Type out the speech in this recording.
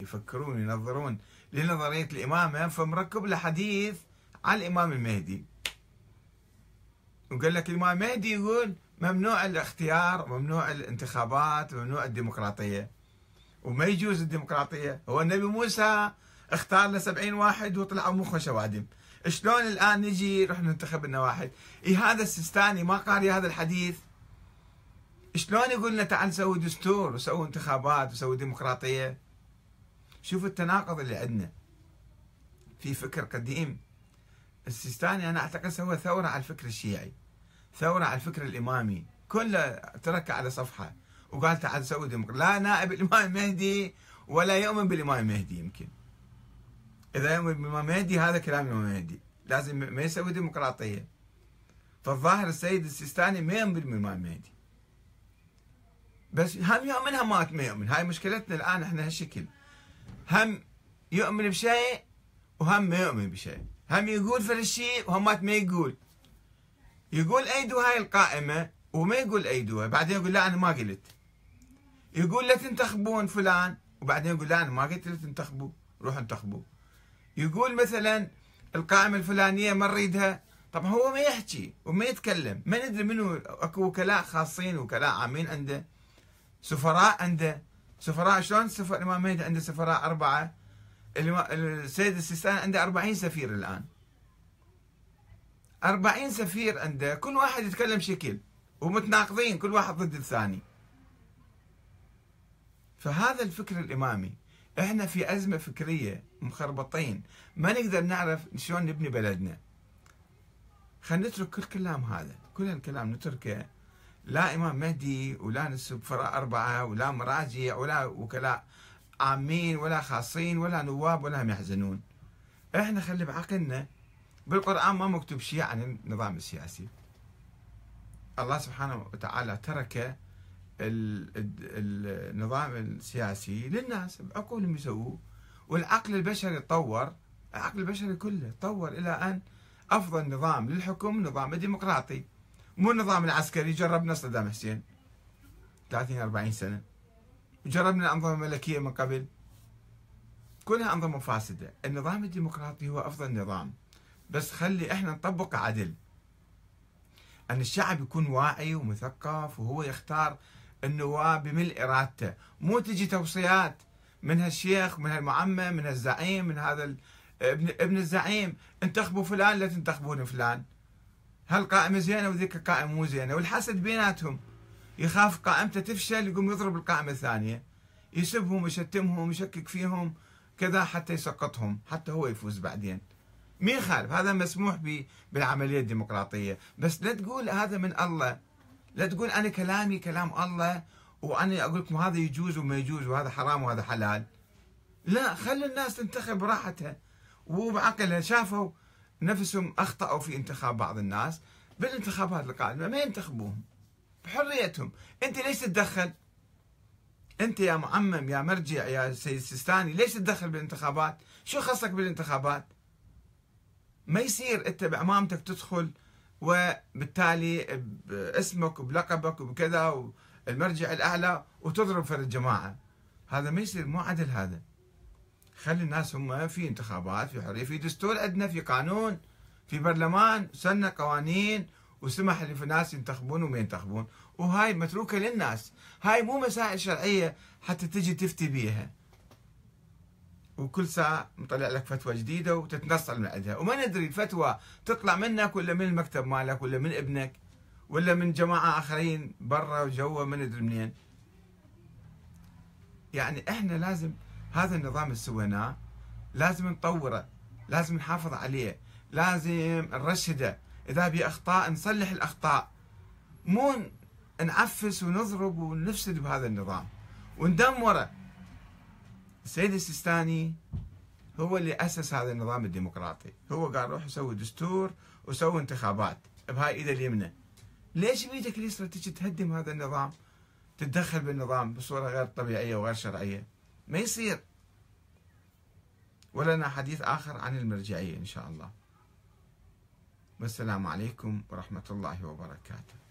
يفكرون ينظرون لنظرية الإمامة، فمركب له حديث على الإمام المهدي، وقال لك الإمام المهدي يقول ممنوع الاختيار، ممنوع الانتخابات، ممنوع الديمقراطية، وما يجوز الديمقراطية. هو النبي موسى اختار له 70 واحد وطلعوا مخه شوادم، شلون الآن نجي نروح ننتخب لنا واحد؟ هذا السيستاني ما قاري هذا الحديث، شلون يقول لنا تعال نسوي دستور وسوي انتخابات وسوي ديمقراطية؟ شوفوا التناقض اللي عندنا في فكر قديم. السيستاني أنا أعتقد سوى ثورة على الفكر الشيعي، ثورة على الفكر الإمامي، كله ترك على صفحة وقال تعال نسوي ديمقراطية. لا نائب الإمام المهدي ولا يؤمن بالإمام المهدي. يمكن إذا يؤمن بالإمام المهدي هذا كلام الإمام المهدي، لازم ما يسوي ديمقراطية. فالظاهر السيد السيستاني ما يؤمن بالإمام المهدي، بس هم يؤمن هم ما يؤمن. هاي مشكلتنا الآن احنا هالشكل، هم يؤمن بشيء وهم ما يؤمن بشيء، هم يقول في الشيء وهم ما يقول، يقول أيدوا هاي القائمة وما يقول أيدوها، بعدين يقول لا أنا ما قلت، يقول لا تنتخبون فلان وبعدين يقول لا أنا ما قلت لا تنتخبوا، روحوا انتخبوا. يقول مثلا القائمة الفلانية ما نريدها، طبعا هو ما يحكي وما يتكلم، ما ندري منه. اكو وكلاء خاصين وكلاء عامين عنده، سفراء عنده، سفراء شلون الإمام مهدي عنده سفراء 4، السيد السيستاني عنده 40 سفير الآن، 40 سفير عنده، كل واحد يتكلم شكل ومتناقضين، كل واحد ضد الثاني. فهذا الفكر الإمامي، احنا في أزمة فكرية مخربطين، ما نقدر نعرف شلون نبني بلدنا. خلينا نترك كل كلام هذا، كل الكلام نتركه، لا إمام مهدي ولا سفراء 4 ولا مراجع ولا وكلاء عامين ولا خاصين ولا نواب ولا هم يحزنون. احنا خلي بعقلنا، بالقرآن ما مكتوب شيء عن النظام السياسي. الله سبحانه وتعالى ترك النظام السياسي للناس بعقولهم يسووه، والعقل البشري تطور، العقل البشري كله تطور إلى أن أفضل نظام للحكم نظام الديمقراطي، مو النظام العسكري. جربنا صدام حسين 30-40 سنة، وجربنا الأنظمة الملكية من قبل، كلها أنظمة فاسدة. النظام الديمقراطي هو أفضل نظام، بس خلي إحنا نطبق عدل، أن الشعب يكون واعي ومثقف وهو يختار النواب بملء إرادته، مو تجي توصيات من هالشيخ من هالمعمم من هالزعيم من هذا ابن الزعيم، انتخبوا فلان لا تنتخبون فلان، هالقائمة زينة وذيك القائمة مو زينة، والحسد بيناتهم، يخاف قائمته تفشل يقوم يضرب القائمة الثانية، يسبهم ويشتمهم ويشكك فيهم كذا حتى يسقطهم، حتى هو يفوز بعدين. مين خالف؟ هذا مسموح بالعملية الديمقراطية، بس لا تقول هذا من الله، لا تقول أنا كلامي كلام الله وأنا أقول لكم هذا يجوز وما يجوز وهذا حرام وهذا حلال. لا، خلي الناس تنتخب براحتها وبعقلها. شافوا نفسهم أخطأوا في انتخاب بعض الناس بالانتخابات القادمة ما ينتخبوهم بحريتهم. أنت ليش تتدخل؟ أنت يا معمم يا مرجع يا سيد سيستاني ليش تتدخل بالانتخابات؟ شو خصك بالانتخابات؟ ما يصير أنت بعمامتك تدخل وبالتالي باسمك وبلقبك وبكذا والمرجع الأعلى وتضرب فرد الجماعة، هذا ما يصير، مو عدل هذا. خلي الناس هم في انتخابات، في حرية، في دستور عندنا، في قانون، في برلمان سنة قوانين وسمح للناس ينتخبون وما ينتخبون، وهاي متروكة للناس. هاي مو مسائل شرعية حتى تجي تفتي بيها وكل ساعة مطلع لك فتوى جديدة وتتنصل من عندها، وما ندري الفتوى تطلع منك ولا من المكتب مالك ولا من ابنك ولا من جماعة آخرين برا وجوا ما ندري منين. يعني احنا لازم هذا النظام اللي سويناه لازم نطوره، لازم نحافظ عليه، لازم نرشده، إذا بي أخطاء نصلح الأخطاء، مو نعفس ونضرب ونفسد بهذا النظام وندمره. السيد السيستاني هو اللي أسس هذا النظام الديمقراطي، هو قال روح سوي دستور وسوي انتخابات بهاي إيده اليمنى. ليش بيدك اليسرى تجي تهدم هذا النظام، تتدخل بالنظام بصورة غير طبيعية وغير شرعية؟ ما يصير. ولنا حديث آخر عن المرجعية إن شاء الله. والسلام عليكم ورحمة الله وبركاته.